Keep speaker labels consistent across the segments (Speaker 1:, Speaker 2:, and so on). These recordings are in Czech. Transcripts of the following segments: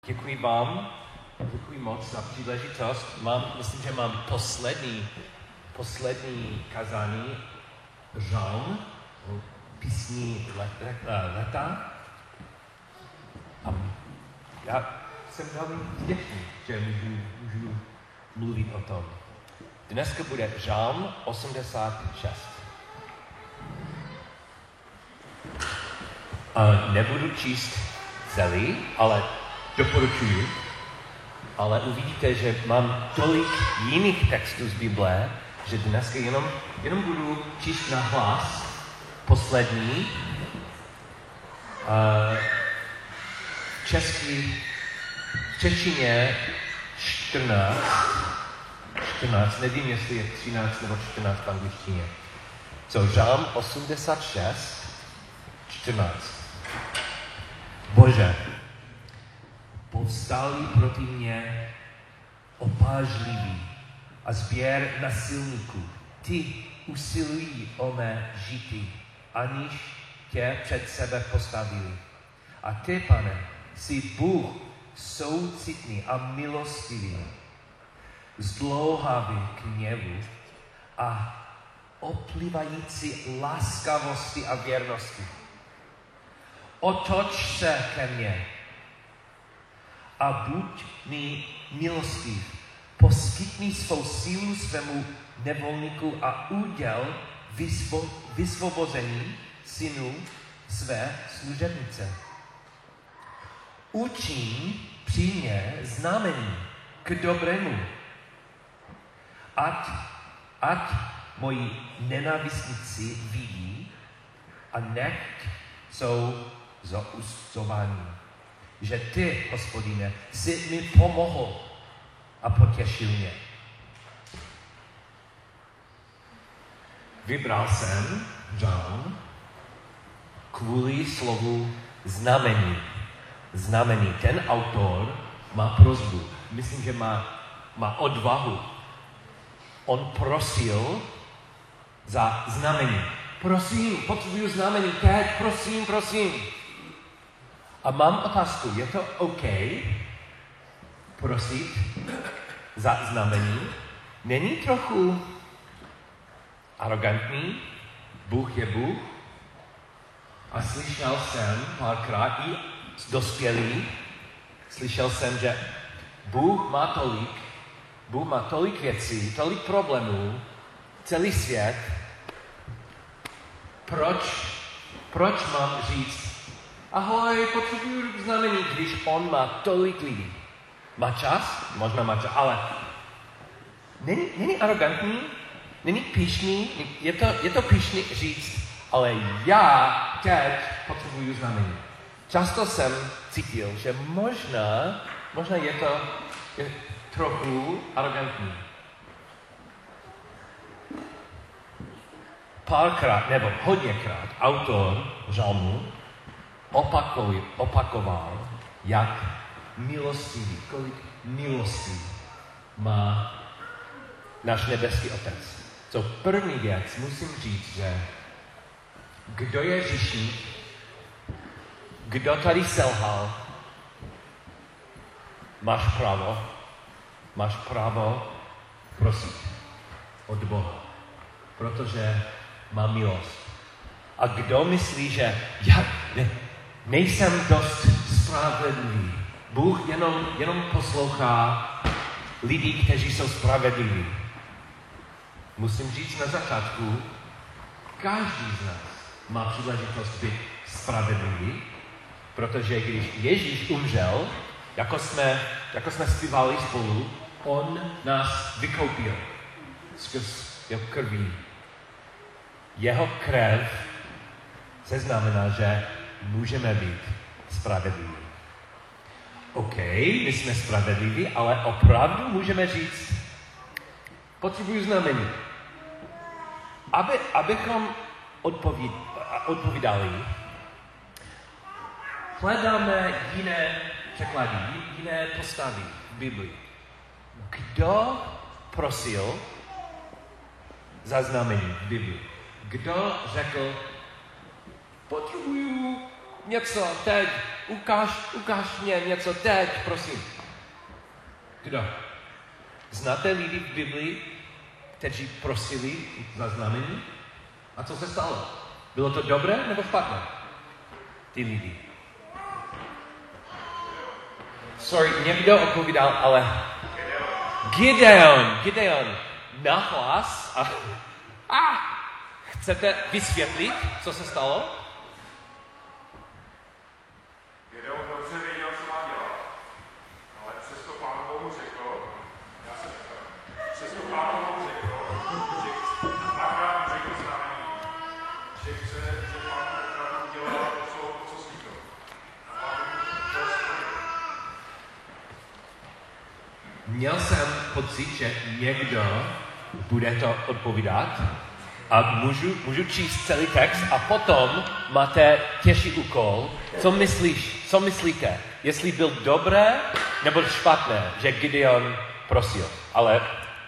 Speaker 1: Děkuji vám, děkuji moc za příležitost. Myslím, že mám poslední kazání žalm, písní leta. A já jsem velmi vděčný, že můžu mluvit o tom. Dneska bude žalm 86. Nebudu číst celý, ale doporučuji. Ale uvidíte, že mám tolik jiných textů z Bible, že dneska jenom budu číst na hlas poslední. V češtině 14, nevím, jestli je 13 nebo 14 v angličtině. Žalm 86, 14. Bože, povstali proti mě opážliví a sběr nasilníků. Ty usilují o mé žití, aniž tě před sebe postavili. A ty, Pane, jsi Bůh soucitný a milostivý, zdlouhavý k hněvu a oplivající láskavosti a věrnosti. Otoč se ke mně a buď mi milostiv. Poskytni svou sílu svému nevolníku a uděl vysvobození synu své služebnice. Učiň při mě znamení k dobrému, ať moji nenávistníci vidí a nech jsou zaustovaní. Že ty, Hospodine, jsi mi pomohl a potěšil mě. Vybral jsem žalm kvůli slovu znamení. Znamení. Ten autor má prosbu. Myslím, že má odvahu. On prosil za znamení. Prosím, potřebuji znamení. Teď, prosím. A mám otázku, je to OK prosit za znamení? Není trochu arrogantní? Bůh je Bůh? A slyšel jsem párkrát i dospělý, slyšel jsem, že Bůh má tolik věcí, tolik problémů, celý svět. Proč mám říct ahoj, potřebuji znamení, když on má tolik lidí. Má čas? Možná má čas, ale není arrogantní, není pyšný, je to pyšný říct, ale já teď potřebuji znamení. Často jsem cítil, že možná je to trochu arrogantní. Párkrát, nebo hodněkrát, autor žalmu opakoval, jak milostivý, kolik milostí má náš nebeský Otec. První věc musím říct, že kdo je hříšník, kdo tady selhal, máš právo prosit od Boha, protože má milost. A kdo myslí, že já nejsem dost spravedlivý, Bůh jenom poslouchá lidi, kteří jsou spravedliví. Musím říct na začátku, každý z nás má příležitost být spravedlivý, protože když Ježíš umřel, jako jsme zpívali spolu, on nás vykoupil skrz jeho krví. Jeho krev se znamená, že můžeme být spravedliví. OK, my jsme spravedliví, ale opravdu můžeme říct, potřebuji znamení. Abychom odpovídali, hledáme jiné překlady, jiné postavy v Biblii. Kdo prosil za znamení v Biblii? Kdo řekl, potřebuju něco teď, ukáž mě něco teď, prosím. Kdo? Znáte lidi v Biblii, kteří prosili za znamení? A co se stalo? Bylo to dobré nebo špatné? Ty lidi. Sorry, někdo odpovídal, ale Gideon, nahlas a chcete vysvětlit, co se stalo?
Speaker 2: Gideon dobře věděl, co má dělat, ale přesto Pán Bohu řekl, že chce, že Pán opravdu dělá to, co slíbil. A Pán to splnil.
Speaker 1: Měl jsem pocit, že někdo bude to odpovídat a můžu číst celý text a potom máte těžší úkol. Co myslíte? Jestli byl dobré nebo špatné, že Gideon prosil. Ale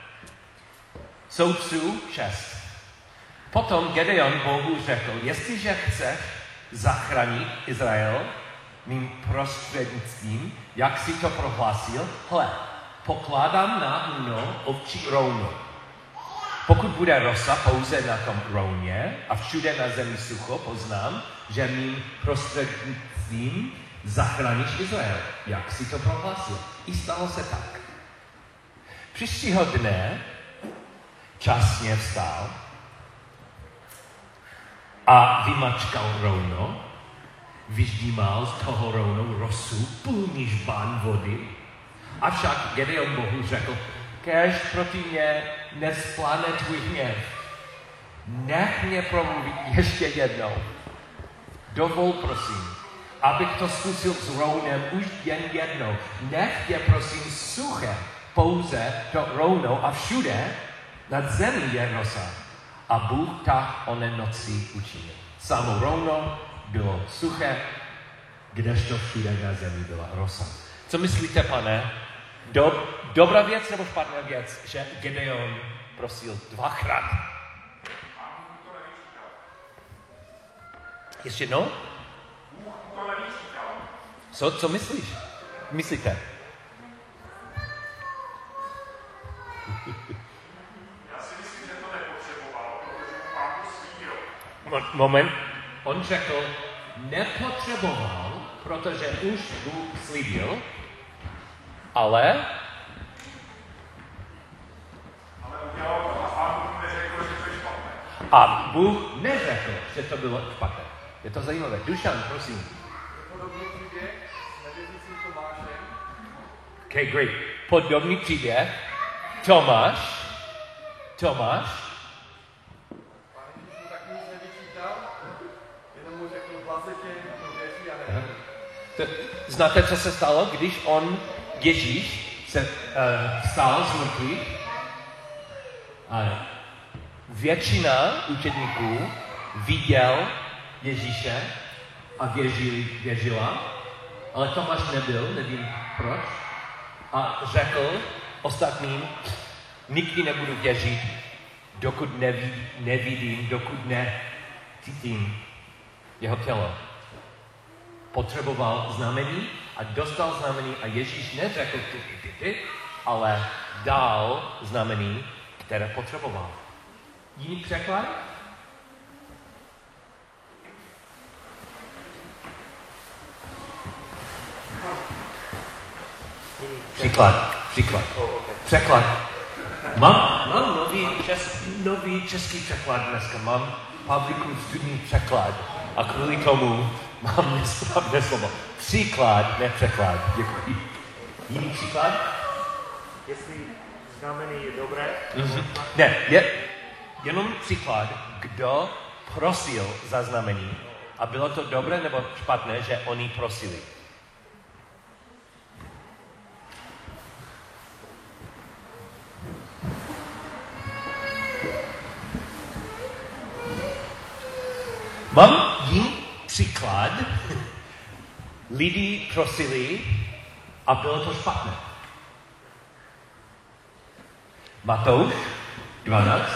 Speaker 1: soudců 6. Potom Gideon Bohu řekl, jestliže chceš zachránit Izrael mým prostřednictvím, jak si to prohlásil, hle, pokládám na mnou ovčí rouno. Pokud bude rosa pouze na tom rouně a všude na zemi sucho, poznám, že mým prostřednictvím zachráníš Izrael. Jak si to prohlásil? I stalo se tak. Příštího dne časně vstal a vymačkal rouno, vyždímal z toho rounou rosu plný žbán vody. Avšak Gideon Bohu řekl, kéž proti mě nevzplane tvůj hněv. Nech mě promluvit ještě jednou. Dovol, prosím, abych to zkusil s rounem už jen jednou. Nech je, prosím, suché pouze to rouno a všude nad zemí je rosa. A Bůh tak oné noci učinil. Samo rouno bylo suché, kdežto všude na zemi byla rosa. Co myslíte, pane? Dobrá věc nebo špatná věc, že Gideon prosil 2krát? Ještě jednou? Co myslíš? Myslíte?
Speaker 2: Já si myslím, že to nepotřeboval, protože mu Pán to slíbil.
Speaker 1: Moment. On řekl, nepotřeboval, protože už Bůh slíbil, ale
Speaker 2: udělal to a Pán Bůh neřekl, že to je špatné.
Speaker 1: A Bůh neřekl, že to bylo špatné. Je to zajímavé. Dušan, prosím.
Speaker 3: Podobný příběh s nevěřícím Tomášem.
Speaker 1: Okay, great. Podobný příběh. Tomáš.
Speaker 3: Pán Ježíš mu taky nic nevyčítal, jenom mu řekl, blazetě, to věří a nevěří.
Speaker 1: Znáte, co se stalo, když Ježíš se vstal z mrtvých? Většina učedníků viděl Ježíše a věřila, ale Tomáš nebyl, nevím proč, a řekl ostatním, nikdy nebudu věřit, dokud nevidím, dokud necítím jeho tělo. Potřeboval znamení a dostal znamení a Ježíš neřekl ty, ale dal znamení, které potřeboval. Jiný překlad? Příklad. Překlad. Mám nový český překlad dneska. Mám Pavlíkův studijní překlad a kvůli tomu mám nesprávné slovo. Příklad, ne překlad. Děkuji. Jiný příklad?
Speaker 4: Jestli znamení je dobré?
Speaker 1: Ne, jenom příklad, kdo prosil za znamení a bylo to dobré nebo špatné, že oni prosili. Mám jiný příklad. Lidi prosili a bylo to špatné. Matouš 12.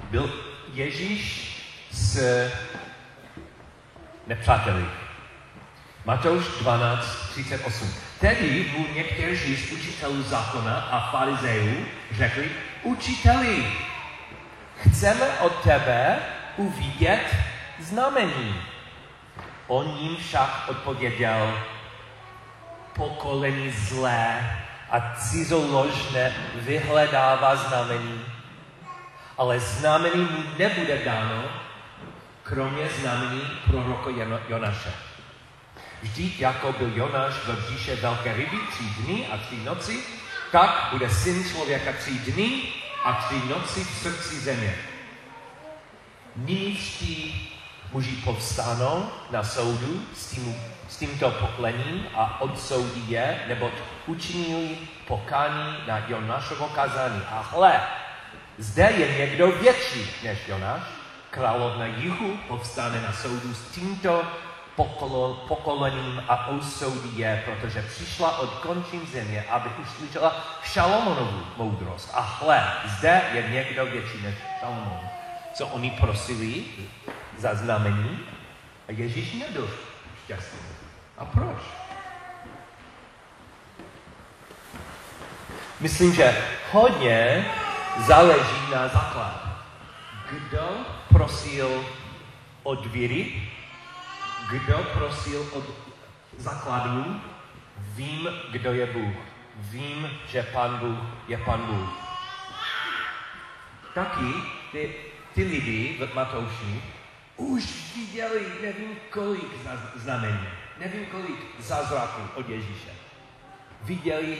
Speaker 1: byl Ježíš s nepřáteli. Matouš 12:38. Tedy mu někteří z učitelů zákona a farizejů řekli: Učiteli, chceme od tebe uvidět znamení. On jim však odpověděl: Pokolení zlé a cizoložné vyhledává znamení, ale znamení mu nebude dáno, kromě znamení proroka Jonáše. Vždyť jako byl Jonáš ve břiše velké ryby 3 dny a 3 noci, tak bude Syn člověka 3 dny a 3 noci v srdci země. Nyní tí muži povstanou na soudu s tímto pokolením a odsoudí je, neboť učinili pokání na Jonášovo kázání. A hle, zde je někdo větší než Jonáš. Královna jihu povstane na soudu s tímto pokolením a osoudí je, protože přišla od končin země, aby uslyšela Šalomonovu moudrost. A hle, zde je někdo větší než Šalomon. Co oni prosili za znamení a Ježíš nebyl šťastný. A proč? Myslím, že hodně záleží na základ. Kdo prosil od víry? Kdo prosil od základů? Vím, kdo je Bůh. Vím, že Pán Bůh je Pán Bůh. Taky ty lidi v Matouši už viděli nevím kolik znamení, nevím kolik zázraků od Ježíše. Viděli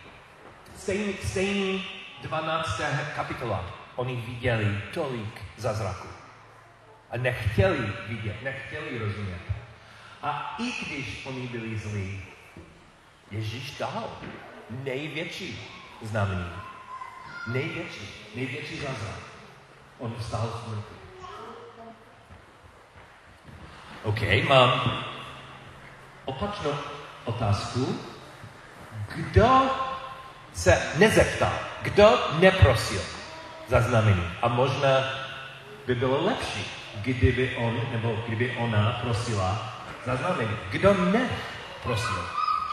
Speaker 1: stejný 12. kapitola. Oni viděli tolik zázraků. A nechtěli vidět, nechtěli rozumět. A i když oni byli zlí, Ježíš dal největší znamení. Největší zázrak. On vstal z mrtvých. OK, mám opačnou otázku. Kdo se nezeptal? Kdo neprosil za znamení? A možná by bylo lepší, kdyby on nebo kdyby ona prosila za znamení. Kdo neprosil?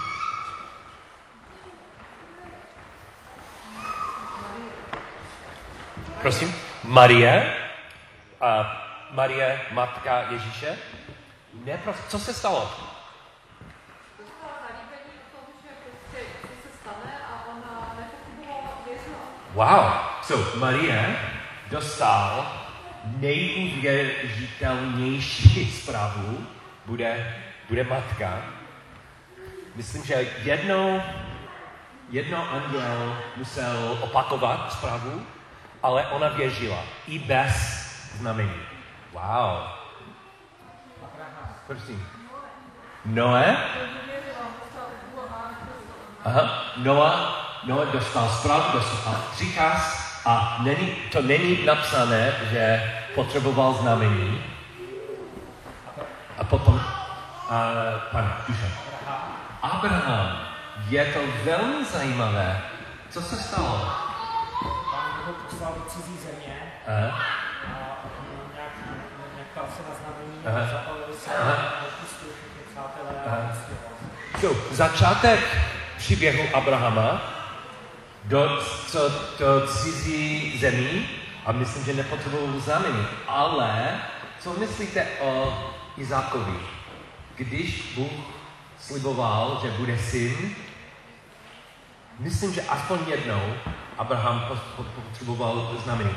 Speaker 1: Prosím, Marie, matka Ježíše, neprosil. Co se stalo? Wow, so Marie dostal nejuvěřitelnější zprávu, bude matka. Myslím, že jedno anděl musel opakovat zprávu, ale ona věřila i bez znamení. Wow. Prosím. Noé? Aha, Noé dostal zprávu, dostal příkaz a to není napsané, že potřeboval znamení. A potom pan Dušan. Abraham. Je to velmi zajímavé. Co se stalo?
Speaker 5: Pán ho poslal do cizí země a nějak ptal se na znamení, zapalili se opustili všechny přátelé a
Speaker 1: začátek příběhu Abrahama do cizí zemí a myslím, že nepotřeboval znamení. Ale co myslíte o Izákovi? Když Bůh sliboval, že bude syn, myslím, že aspoň jednou Abraham potřeboval znamení.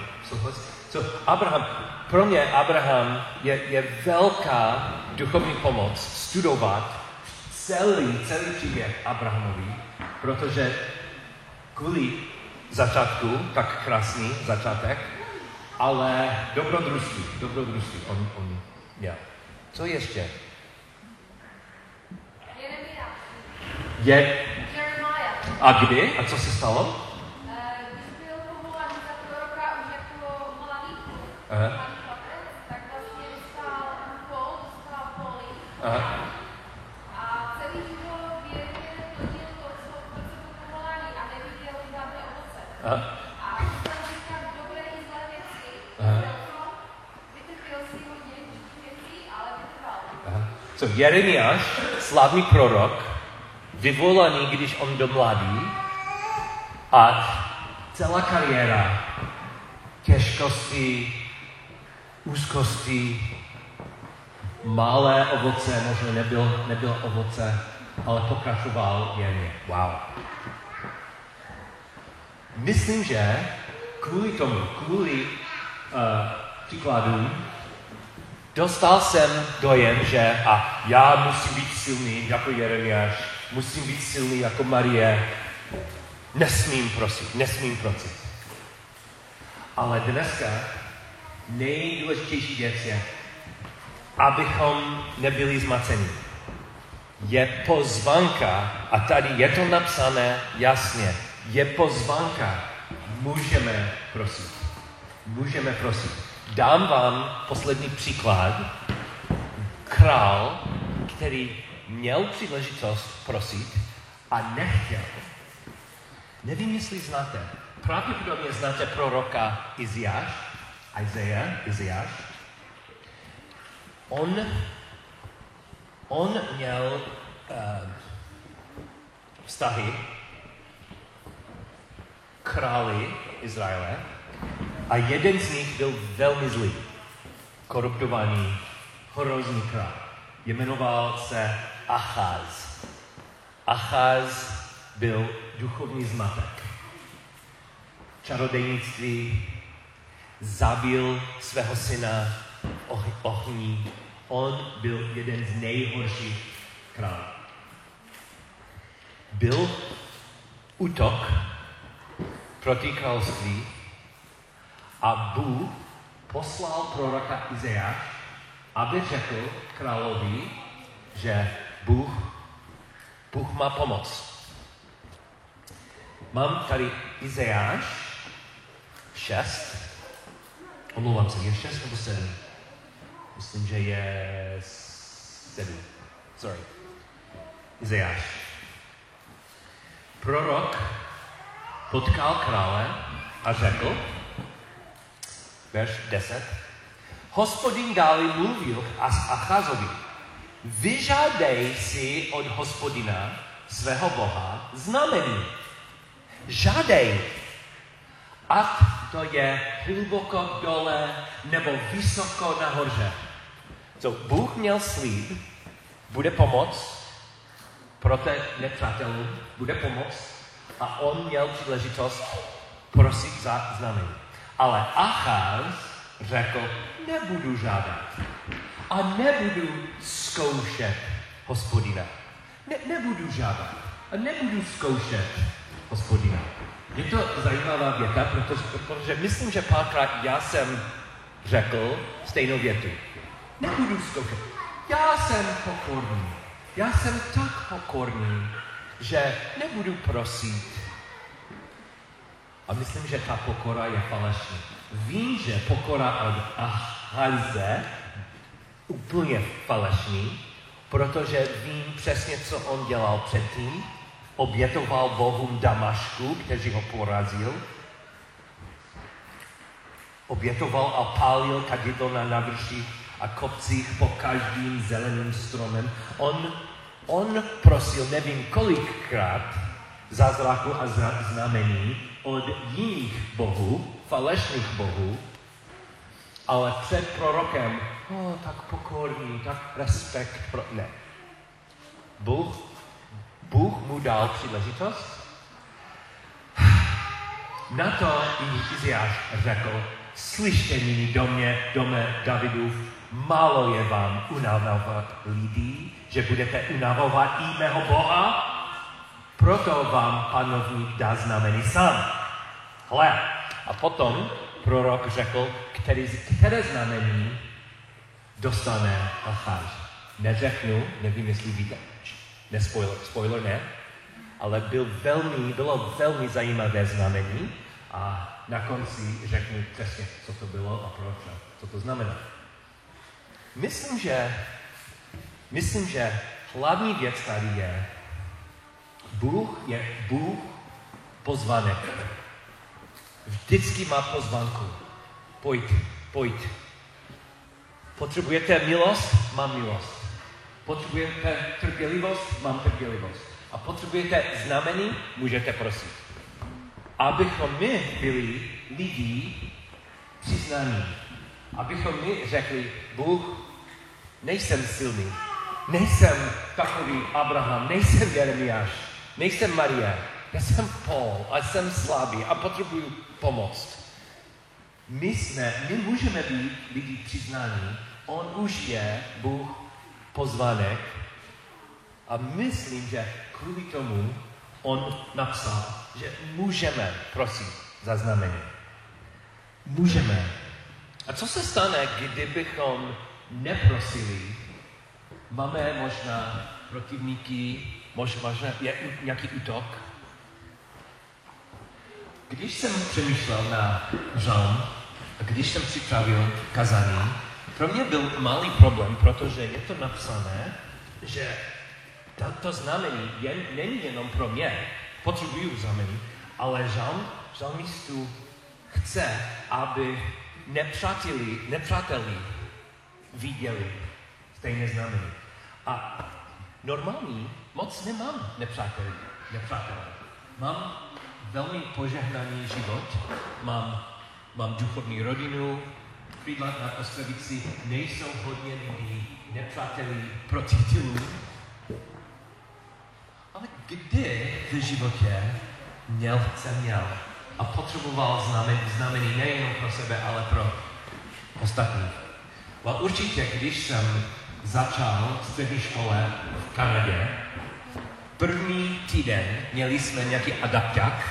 Speaker 1: Pro mě Abraham je velká duchovní pomoc studovat celý příběh Abrahamovi, protože kvůli začátku, tak krásný začátek, ale dobrodružství on měl. Co ještě? A kdy? A co se stalo?
Speaker 6: Když byl povolaný za proroka už jako mladý kluk, tak vlastně dostal poli. A celý život věrně plnil to, co byl povolání a neviděl žádné ovoce. A musel říkat dobré i zlé věci.
Speaker 1: Jeremiáš, slavný prorok, vyvolaný, když on byl mladý, a celá kariéra těžkosti, úzkosti, malé ovoce, možná nebylo ovoce, ale pokračoval jen. Wow. Myslím, že kvůli příkladům, dostal jsem dojem, že já musím být silný jako Jeremiáš, musím být silný jako Marie, nesmím prosit. Ale dneska nejdůležitější věc je, abychom nebyli zmaceni. Je pozvánka, a tady je to napsané jasně, je pozvánka, můžeme prosit. Dám vám poslední příklad. Král, který měl příležitost prosit a nechtěl. Nevím, jestli znáte. Pravděpodobně znáte proroka Izajáš. On měl vztahy králi Izraele a jeden z nich byl velmi zlý, koruptovaný, hrozný král. Jmenoval se Achaz. Achaz byl duchovní zmatek. Čarodejnictví, zabil svého syna ohní. On byl jeden z nejhorších králů. Byl útok proti království a Bůh poslal proroka Izajáš, aby řekl královi, že Bůh má pomoc. Mám tady Izajáš 6. Omlouvám se, je 6 nebo 7? Myslím, že je 7. Sorry. Izajáš. Prorok potkal krále a řekl, verš 10, Hospodin dále mluvil Achazovi, vyžádej si od Hospodina, svého Boha, znamení. Žádej, ať to je hluboko dole nebo vysoko nahoře. Bůh měl slib, bude pomoc proti nepřátelům, bude pomoc a on měl příležitost prosit za znamení. Ale Achaz řekl, nebudu žádat a nebudu zkoušet Hospodina. Nebudu žádat a nebudu zkoušet Hospodina. Je to zajímavá věta, protože myslím, že párkrát já jsem řekl stejnou větu. Nebudu zkoušet. Já jsem pokorný. Já jsem tak pokorný, že nebudu prosit. A myslím, že ta pokora je falešná. Vím, že pokora od Achaze úplně falešný, protože vím přesně, co on dělal předtím. Obětoval bohům Damašku, kteří ho porazil. Obětoval a pálil kadidlo na návrších a kopcích po každým zeleným stromem. On prosil nevím kolikrát zázraku a znamení od jiných bohů, falešných bohů, ale před prorokem, tak pokorný, tak respekt ne. Bůh mu dal příležitost. Na to Izajáš řekl, slyšte nyní dome Davidův, málo je vám unavovat lidí, že budete unavovat i mého Boha, proto vám panovník dá znamení sám. Hle, a potom prorok řekl, které znamení dostane Achaz. Neřeknu, nevím, jestli víte, spoiler ne, ale bylo velmi zajímavé znamení a na konci řeknu přesně, co to bylo a proč, co to znamená. Myslím, že hlavní věc tady je Bůh pozvanek. Vždycky má pozvánku. Pojď. Potřebujete milost? Mám milost. Potřebujete trpělivost? Mám trpělivost. A potřebujete znamení? Můžete prosit. Abychom my byli lidí přiznaní. Abychom my řekli, Bůh, nejsem silný, nejsem takový Abraham, nejsem Jeremiáš, nejsem Marie, já jsem Paul a jsem slabý a potřebuji pomoc. My můžeme být lidi přiznání, on už je Bůh pozvanek a myslím, že kvůli tomu on napsal, že můžeme prosit za znamení. Můžeme. A co se stane, kdybychom neprosili? Máme možná protivníky, možná je nějaký útok. Když jsem přemýšlel na žalm a když jsem připravil kazání, pro mě byl malý problém, protože je to napsané, že to znamení není jenom pro mě, potřebuju znamení, ale žalmistu chce, aby nepřáteli viděli stejné znamení. A normální moc nemám nepřátele. Mám velmi požehnaný život, mám duchovní rodinu, Křídla na Ostřevici nejsou hodně lidí, nepřáteli, protitelů. Ale kdy v životě jsem měl a potřeboval znamení nejen pro sebe, ale pro ostatní. A určitě, když jsem začal v střední škole v Kanadě, první týden měli jsme nějaký adapták,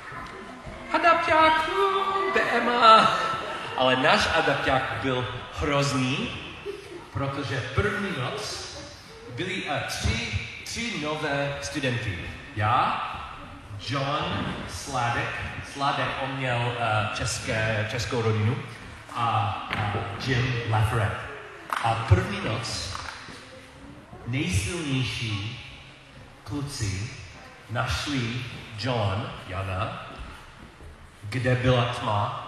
Speaker 1: BMA, ale náš adapták byl hrozný, protože první noc byli tři nové studenty. Já, John Sládek, on měl českou rodinu, a Jim Lafayette. A první noc nejsilnější kluci našli Jana, kde byla tma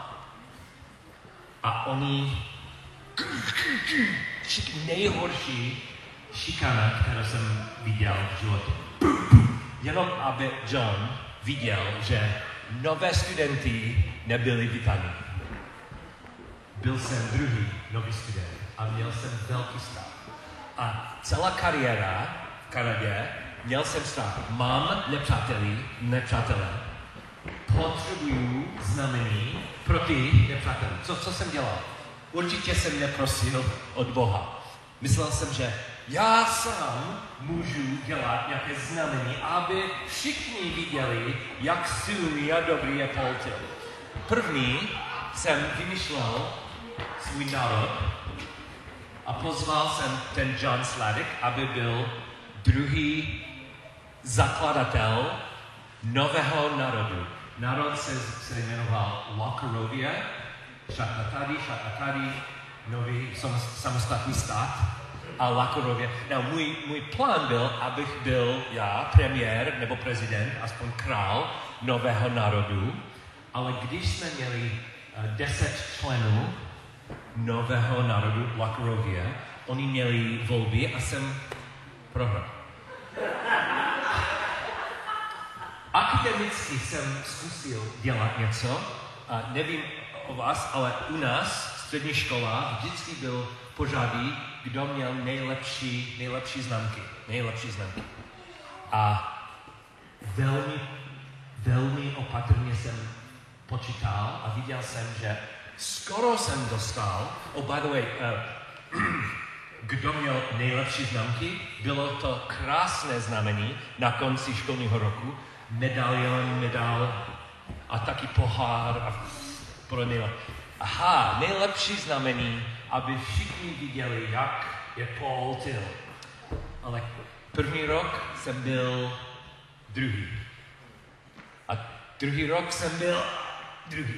Speaker 1: a oni nejhorší šikana, kterou jsem viděl v životě. Jenom aby John viděl, že nové studenty nebyli vítáni. Byl jsem druhý nový student a měl jsem velký strach. A celá kariéra v Kanadě měl jsem strach. Mám nepřátelé. Potřebuju znamení pro ty nepřátelé. Co jsem dělal? Určitě jsem neprosil od Boha. Myslel jsem, že já sám můžu dělat nějaké znamení, aby všichni viděli, jak silný a dobrý je Paul Till. První jsem vymyslel svůj národ a pozval jsem ten John Sládek, aby byl druhý zakladatel nového národu. Národ se jmenoval Lakarovia, šatna tady, nový samostatný stát a Lakarovia. Můj plán byl, abych byl já premiér nebo prezident, aspoň král nového národu, ale když jsme měli 10 členů nového národu Lakarovia, oni měli volby a jsem prohrál. Akademicky jsem zkusil dělat něco, a nevím o vás, ale u nás střední škola vždycky byl pořadí, kdo měl nejlepší známky. A velmi opatrně jsem počítal a viděl jsem, že skoro jsem dostal, by the way, kdo měl nejlepší známky, bylo to krásné znamení na konci školního roku, medal a taky pohár a pro nejlepší znamení, aby všichni viděli, jak je Paul Till. Ale první rok jsem byl druhý. A druhý rok jsem byl druhý.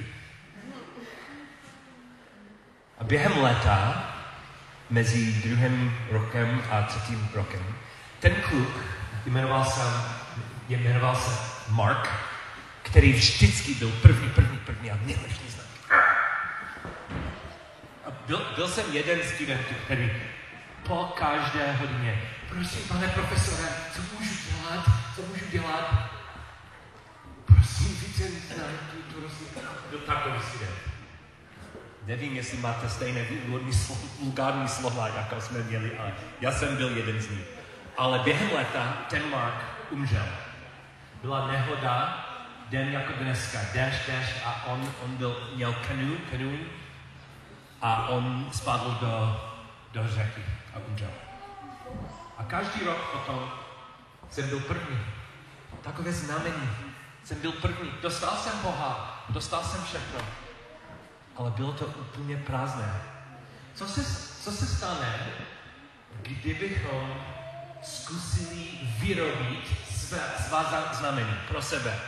Speaker 1: A během léta, mezi druhým rokem a třetím rokem, ten kluk jmenoval se Mark, který vždycky byl první a nejlepší známky. A byl jsem jeden student, který po každé hodině. Prosím, pane profesore, co můžu dělat? Prosím, více byl takový student. Nevím, jestli máte stejné vulgární slova, jako jsme měli, ale já jsem byl jeden z nich. Ale během léta ten Mark umřel. Byla nehoda, den jako dneska, déšť a on měl kanu a on spadl do řeky a umřel. A každý rok potom jsem byl první. Takové znamení. Jsem byl první. Dostal jsem Boha, dostal jsem všechno. Ale bylo to úplně prázdné. Co se stane, kdybychom zkusili vyrobit svá znamení pro sebe?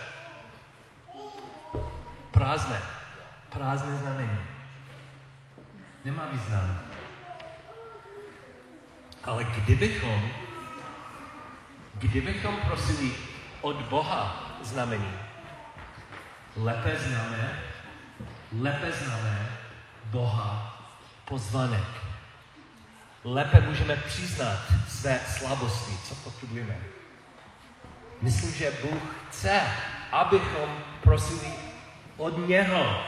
Speaker 1: Prázdné znamení. Nemá význam. Ale kdybychom prosili od Boha znamení, lépe známe Boha pozvanek. Lépe můžeme přiznat své slabosti, co potřebujeme. Myslím, že Bůh chce, abychom prosili od něho.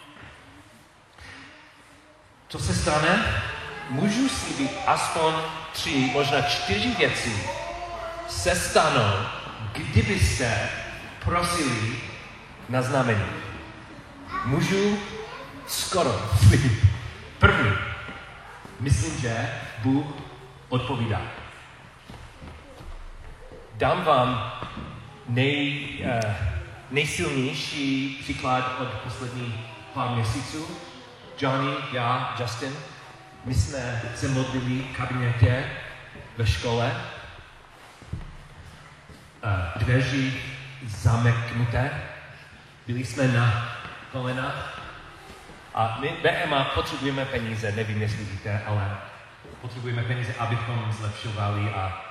Speaker 1: Co se stane? Můžu slíbit aspoň 3, možná 4 věci se stanou, kdybyste prosili na znamení. Můžu skoro slíbit. První. Myslím, že Bůh odpovídá. Dám vám nejsilnější příklad od posledních pár měsíců. Johnny, já, Justin, my jsme se modlili v kabinetě ve škole. Dveří zamknuté. Byli jsme na kolenách. A my BMA potřebujeme peníze, nevím, jestli víte, ale potřebujeme peníze, abychom zlepšovali a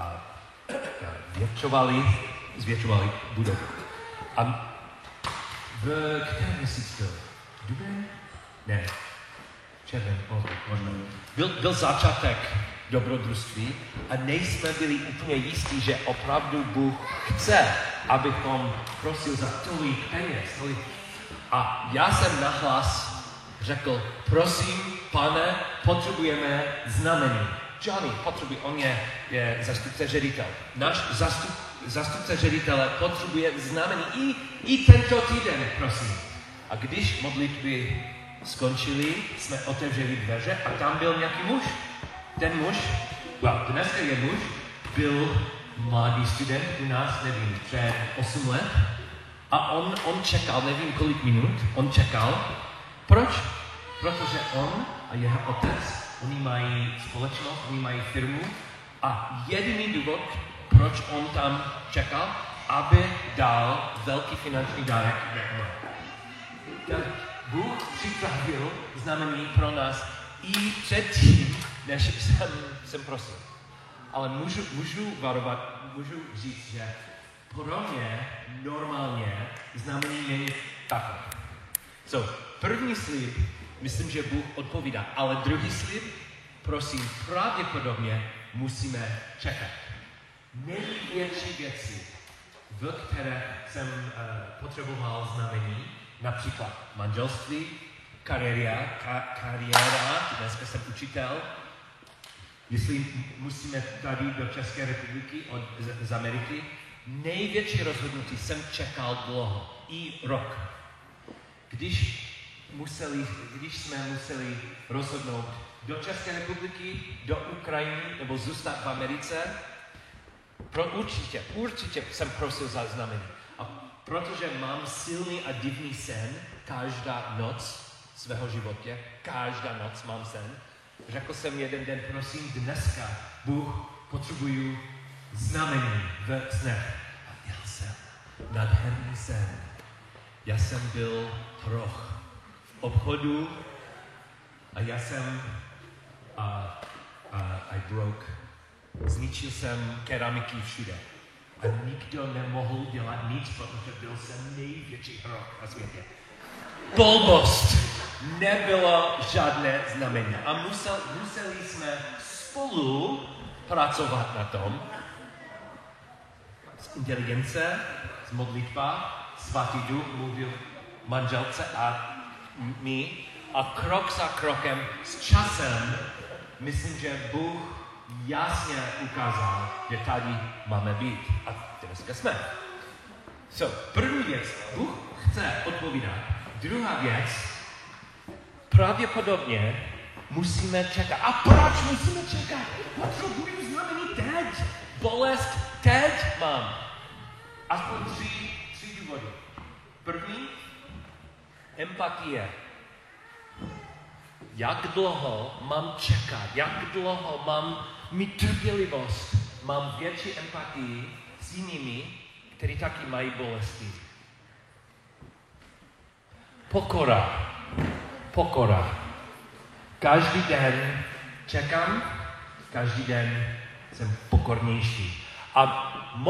Speaker 1: zvětšovali budovu. A v kterém měsíc byl? Duben? Ne. Červen, možná. Byl začátek dobrodružství a nejsme byli úplně jistí, že opravdu Bůh chce, abychom prosil za tolik peněz. A já jsem nahlas řekl, prosím, pane, potřebujeme znamení. Johnny potřebuje, on je zástupce ředitel. Náš zástupce ředitele potřebuje znamení i tento týden, prosím. A když modlitby skončili, jsme otevřeli dveře a tam byl nějaký muž. Ten muž, dneska je muž, byl mladý student u nás, nevím, před 8 let. A on čekal, nevím kolik minut, on čekal. Proč? Protože on a jeho otec, oni mají společnost, oni mají firmu a jediný důvod, proč on tam čekal, aby dal velký finanční dárek. Bůh připravil znamení pro nás i předtím, než jsem prosil. Ale můžu varovat, můžu říct, že pro mě normálně znamení není takové. První slib, myslím, že Bůh odpovídá, ale druhý slib, prosím, pravděpodobně musíme čekat. Největší věci, v které jsem potřeboval znamení, například manželství, kariéra, dneska jsem učitel, jestli musíme tady do České republiky z Ameriky, největší rozhodnutí jsem čekal dlouho, i rok. Když jsme museli rozhodnout do České republiky, do Ukrajiny nebo zůstat v Americe, určitě jsem prosil za znamení. A protože mám silný a divný sen, každá noc svého životě, každá noc mám sen, řekl jsem jeden den, prosím, dneska Bůh potřebuju znamení v snech. A měl jsem nádherný sen. Já jsem byl troch v obchodu a já jsem zničil jsem keramiky všude. A nikdo nemohl dělat nic, protože byl jsem největší hroch na světě. Blbost! Nebylo žádné znamení. A museli jsme spolu pracovat na tom, z inteligence, z modlitba, svatý duch mluvil manželce a my a krok za krokem s časem, myslím, že Bůh jasně ukázal, že tady máme být. A dneska jsme. První věc, Bůh chce odpovídat. Druhá věc, pravděpodobně musíme čekat. A proč musíme čekat? Potřebuji znamení teď. Bolest teď mám. Aspoň tři důvody. První, empatie. Jak dlouho mám čekat? Jak dlouho mám mít trpělivost? Mám větší empatii s jinými, kteří taky mají bolesti. Pokora. Každý den čekám, každý den jsem pokornější. A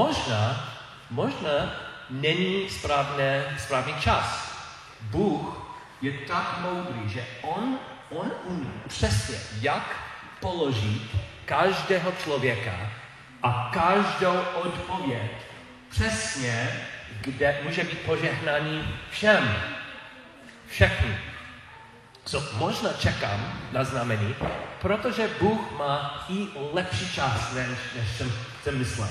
Speaker 1: možná není správný čas. Bůh je tak moudrý, že on umí přesně, jak položit každého člověka a každou odpověď přesně, kde může být požehnání všem. Všechny. Možná čekám na znamení, protože Bůh má i lepší čas, než jsem myslel.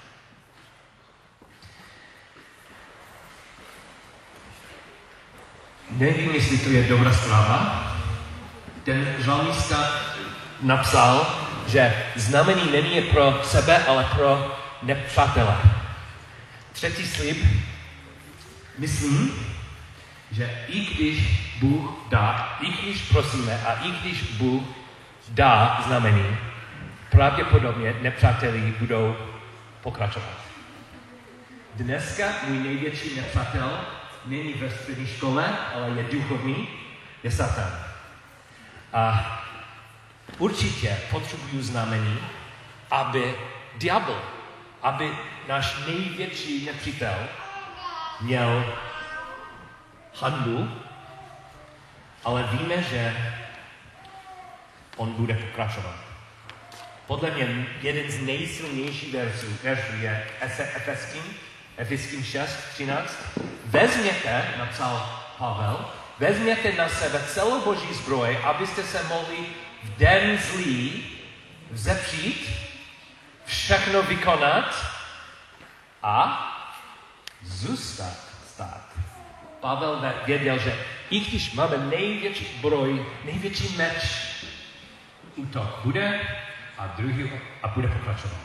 Speaker 1: Nevím, jestli to je dobrá zpráva. Ten žalmista napsal, že znamení není pro sebe, ale pro nepřátele. Třetí slib, myslím, že i když Bůh dá, i když prosíme a i když Bůh dá znamení, pravděpodobně nepřátelí budou pokračovat. Dneska můj největší nepřátel není ve střední škole, ale je duchovní, je Satan. A určitě potřebuju znamení, aby ďábel, aby náš největší nepřítel měl handu, ale víme, že on bude pokračovat. Podle mě jeden z nejsilnějších veršů je Efeským 6:13. Vezměte, napsal Pavel, vezměte na sebe celou boží zbroj, abyste se mohli v den zlý vzepřít, všechno vykonat a zůstat stát. Pavel věděl, že i když máme největší zbroj, největší meč, útok bude a bude pokračovat.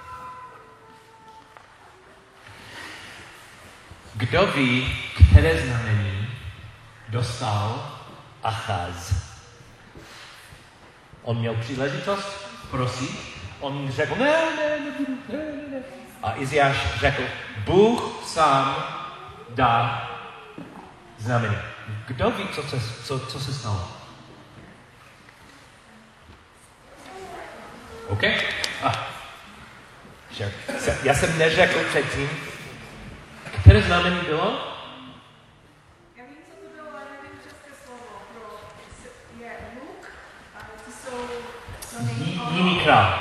Speaker 1: Kdo ví, které znamení dostal Achaz? On měl příležitost prosit, on řekl, ne. A Iziáš řekl, Bůh sám dá znamení. Kdo ví, co se stalo? OK? Já jsem neřekl předtím, které znamení bylo?
Speaker 6: Já vím, co to bylo, ale nevím české slovo. Je luk, a ty jsou...
Speaker 1: Jiný král.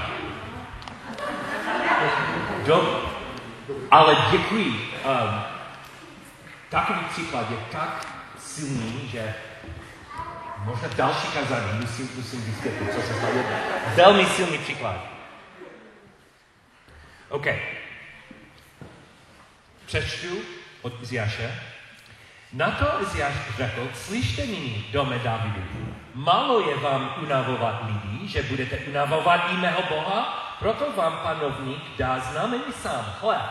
Speaker 1: Ale děkuji. Takový příklad je tak silný, že možná další kazání musím vysvětlit, co se stalo. Velmi silný příklad. OK. Přečtu od Iziáše. Na to Iziáš řekl, slyšte nyní, dome Davidu, málo je vám unavovat lidí, že budete unavovat i mého Boha, proto vám panovník dá znamení sám. Hle,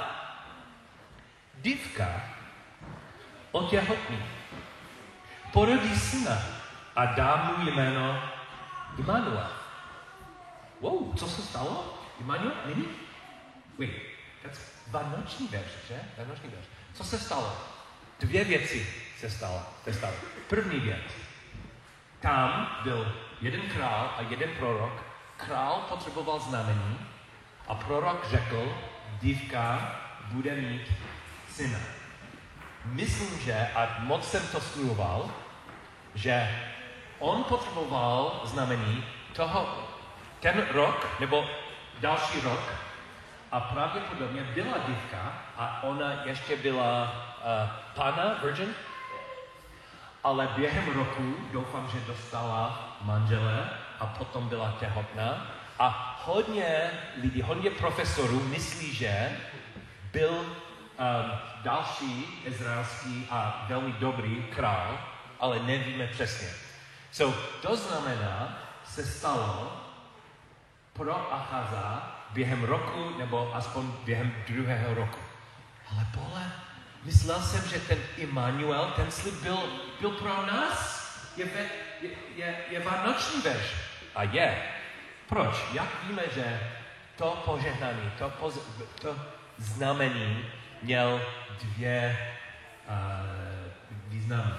Speaker 1: dívka otěhotní, porodí syna a dá mu jméno Immanuel. Wow, co se stalo? Immanuel? Není? Wait, that's vánoční verš, že? Vánoční verš. Co se stalo? Dvě věci se stalo. První věc. Tam byl jeden král a jeden prorok. Král potřeboval znamení a prorok řekl, dívka bude mít syna. Myslím, že, a moc jsem to studoval, že on potřeboval znamení toho ten rok, nebo další rok, a pravděpodobně byla dívka a ona ještě byla pana, virgin, ale během roku doufám, že dostala manžele a potom byla těhotná. A hodně lidí, hodně profesorů myslí, že byl další izraelský a velmi dobrý král, ale nevíme přesně. To znamená, se stalo pro Achaza během roku, nebo aspoň během druhého roku. Ale Bohle, myslel jsem, že ten Immanuel, ten slib byl pro nás. Je vánoční verš. A je. Proč? Jak víme, že to požehnání, to znamení měl dvě významy?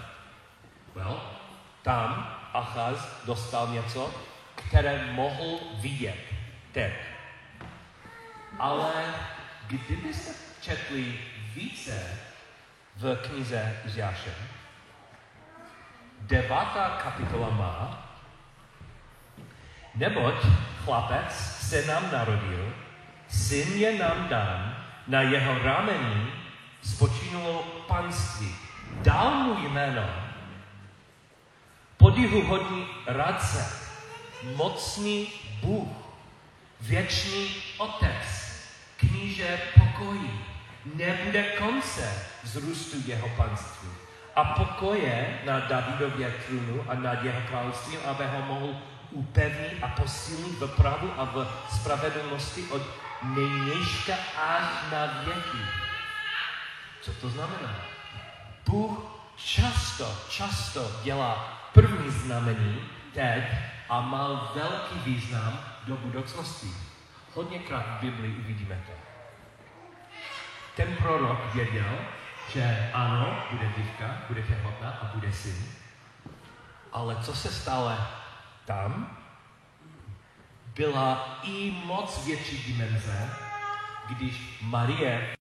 Speaker 1: Tam Achaz dostal něco, které mohl vidět teď. Ale kdybyste četli více v knize Izajáše, 9. kapitola má, neboť chlapec se nám narodil, syn je nám dán, na jeho rameni spočinulo panství. Dal mu jméno podivuhodný radce, mocný Bůh, věčný Otec, kníže pokojí. Nebude konce vzrůstu jeho panství. A pokoje na Davidově trůnu a nad jeho královstvím, aby ho mohl upevnit a posílit v pravu a v spravedlnosti od nynějška až na věky. Co to znamená? Bůh často dělá první znamení teď a má velký význam do budoucnosti. Hodněkrát v Biblii uvidíme to. Ten prorok věděl, že ano, bude dívka, bude těhotná a bude syn. Ale co se stalo tam, byla i moc větší dimenze, když Marie